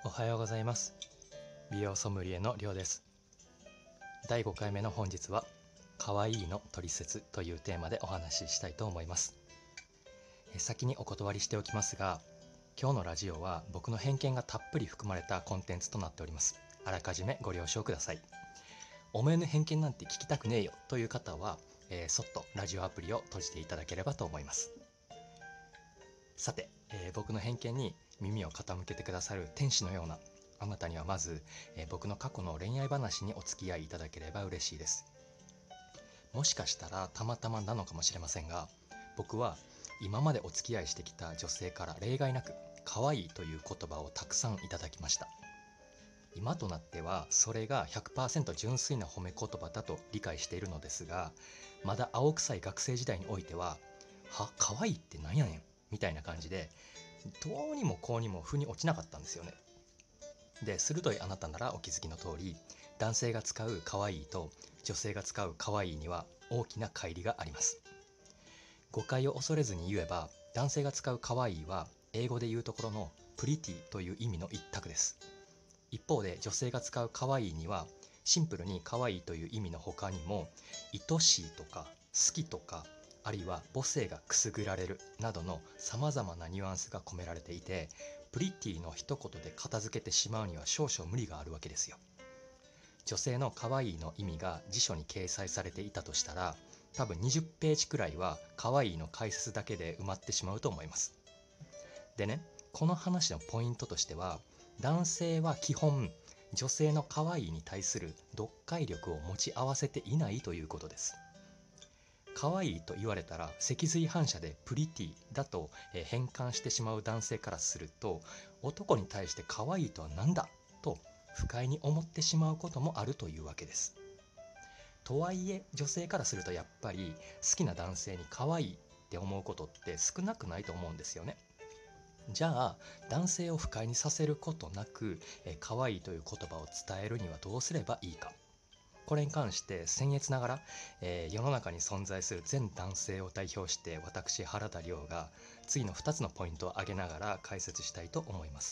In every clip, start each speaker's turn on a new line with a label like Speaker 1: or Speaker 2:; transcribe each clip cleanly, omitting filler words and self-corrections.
Speaker 1: おはようございます。美容ソムリエのりょうです。第5回目の本日は可愛いのトリセツというテーマでお話ししたいと思います。先にお断りしておきますが、今日のラジオは僕の偏見がたっぷり含まれたコンテンツとなっております。あらかじめご了承ください。お前の偏見なんて聞きたくねえよという方は、そっとラジオアプリを閉じていただければと思います。さて、僕の偏見に耳を傾けてくださる天使のようなあなたにはまず、僕の過去の恋愛話にお付き合いいただければ嬉しいです。もしかしたらたまたまなのかもしれませんが、僕は今までお付き合いしてきた女性から例外なく可愛いという言葉をたくさんいただきました。今となってはそれが 100% 純粋な褒め言葉だと理解しているのですが、まだ青臭い学生時代においては可愛いってなんやねんみたいな感じで、どうにもこうにも腑に落ちなかったんですよね。で、鋭いあなたならお気づきの通り、男性が使う可愛いと女性が使う可愛いには大きな乖離があります。誤解を恐れずに言えば、男性が使う可愛いは英語で言うところのプリティという意味の一択です。一方で女性が使う可愛いにはシンプルに可愛いという意味の他にも、愛しいとか好きとか、あるいは母性がくすぐられるなどのさまざまなニュアンスが込められていて、プリティの一言で片付けてしまうには少々無理があるわけですよ。女性の可愛いの意味が辞書に掲載されていたとしたら、多分20ページくらいは可愛いの解説だけで埋まってしまうと思います。でね、この話のポイントとしては、男性は基本女性の可愛いに対する読解力を持ち合わせていないということです。可愛いと言われたら脊髄反射でプリティだと変換してしまう男性からすると、男に対して可愛いとは何だと不快に思ってしまうこともあるというわけです。とはいえ女性からするとやっぱり好きな男性に可愛いって思うことって少なくないと思うんですよね。じゃあ男性を不快にさせることなく可愛いという言葉を伝えるにはどうすればいいか。これに関して僭越ながら、世の中に存在する全男性を代表して私原田亮が次の2つのポイントを挙げながら解説したいと思います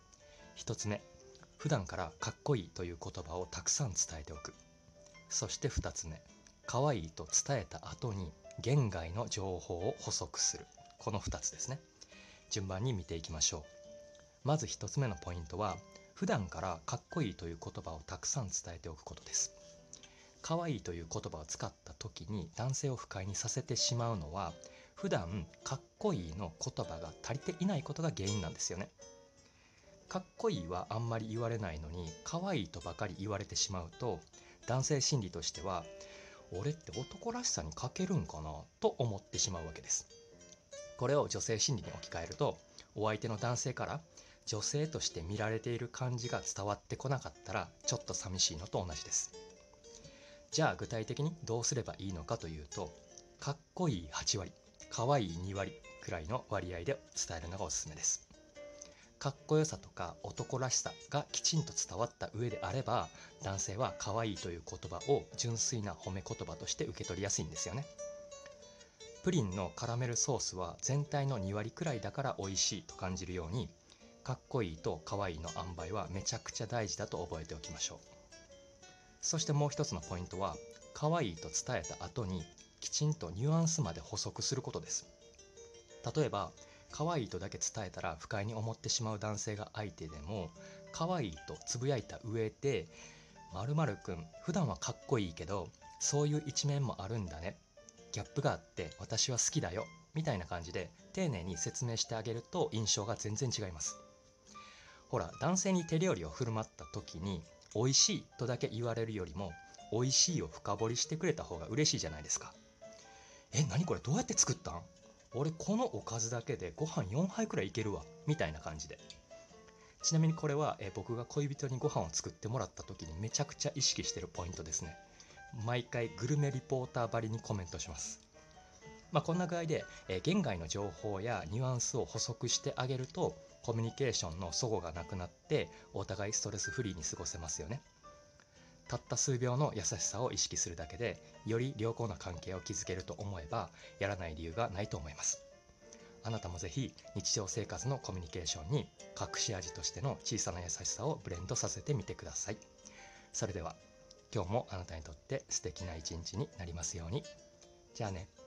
Speaker 1: 。1つ目、普段からかっこいいという言葉をたくさん伝えておく。そして2つ目、可愛いと伝えた後に言外の情報を補足する。この2つですね。順番に見ていきましょう。まず1つ目のポイントは、普段からかっこいいという言葉をたくさん伝えておくことです。可愛いという言葉を使った時に男性を不快にさせてしまうのは、普段かっこいいの言葉が足りていないことが原因なんですよね。かっこいいはあんまり言われないのに可愛いとばかり言われてしまうと、男性心理としては俺って男らしさに欠けるんかなと思ってしまうわけです。これを女性心理に置き換えると、お相手の男性から女性として見られている感じが伝わってこなかったらちょっと寂しいのと同じです。じゃあ具体的にどうすればいいのかというと、かっこいい8割、かわいい2割くらいの割合で伝えるのがおすすめです。かっこよさとか男らしさがきちんと伝わった上であれば、男性は可愛いという言葉を純粋な褒め言葉として受け取りやすいんですよね。プリンのカラメルソースは全体の2割くらいだから美味しいと感じるように、かっこいいと可愛いの塩梅はめちゃくちゃ大事だと覚えておきましょう。そしてもう一つのポイントは、可愛いと伝えた後にきちんとニュアンスまで補足することです。例えば可愛いとだけ伝えたら不快に思ってしまう男性が相手でも、可愛いとつぶやいた上で、〇〇くん普段はかっこいいけどそういう一面もあるんだね、ギャップがあって私は好きだよ、みたいな感じで丁寧に説明してあげると印象が全然違います。ほら、男性に手料理を振る舞った時に美味しいとだけ言われるよりも、美味しいを深掘りしてくれた方が嬉しいじゃないですか。何これどうやって作ったん、俺このおかずだけでご飯4杯くらいいけるわ、みたいな感じで。ちなみにこれは僕が恋人にご飯を作ってもらった時にめちゃくちゃ意識してるポイントですね。毎回グルメリポーターばりにコメントします。こんな具合で言外の情報やニュアンスを補足してあげると、コミュニケーションの齟齬がなくなってお互いストレスフリーに過ごせますよね。たった数秒の優しさを意識するだけでより良好な関係を築けると思えば、やらない理由がないと思います。 あなたもぜひ日常生活のコミュニケーションに隠し味としての小さな優しさをブレンドさせてみてください。それでは今日もあなたにとって素敵な一日になりますように。じゃあね。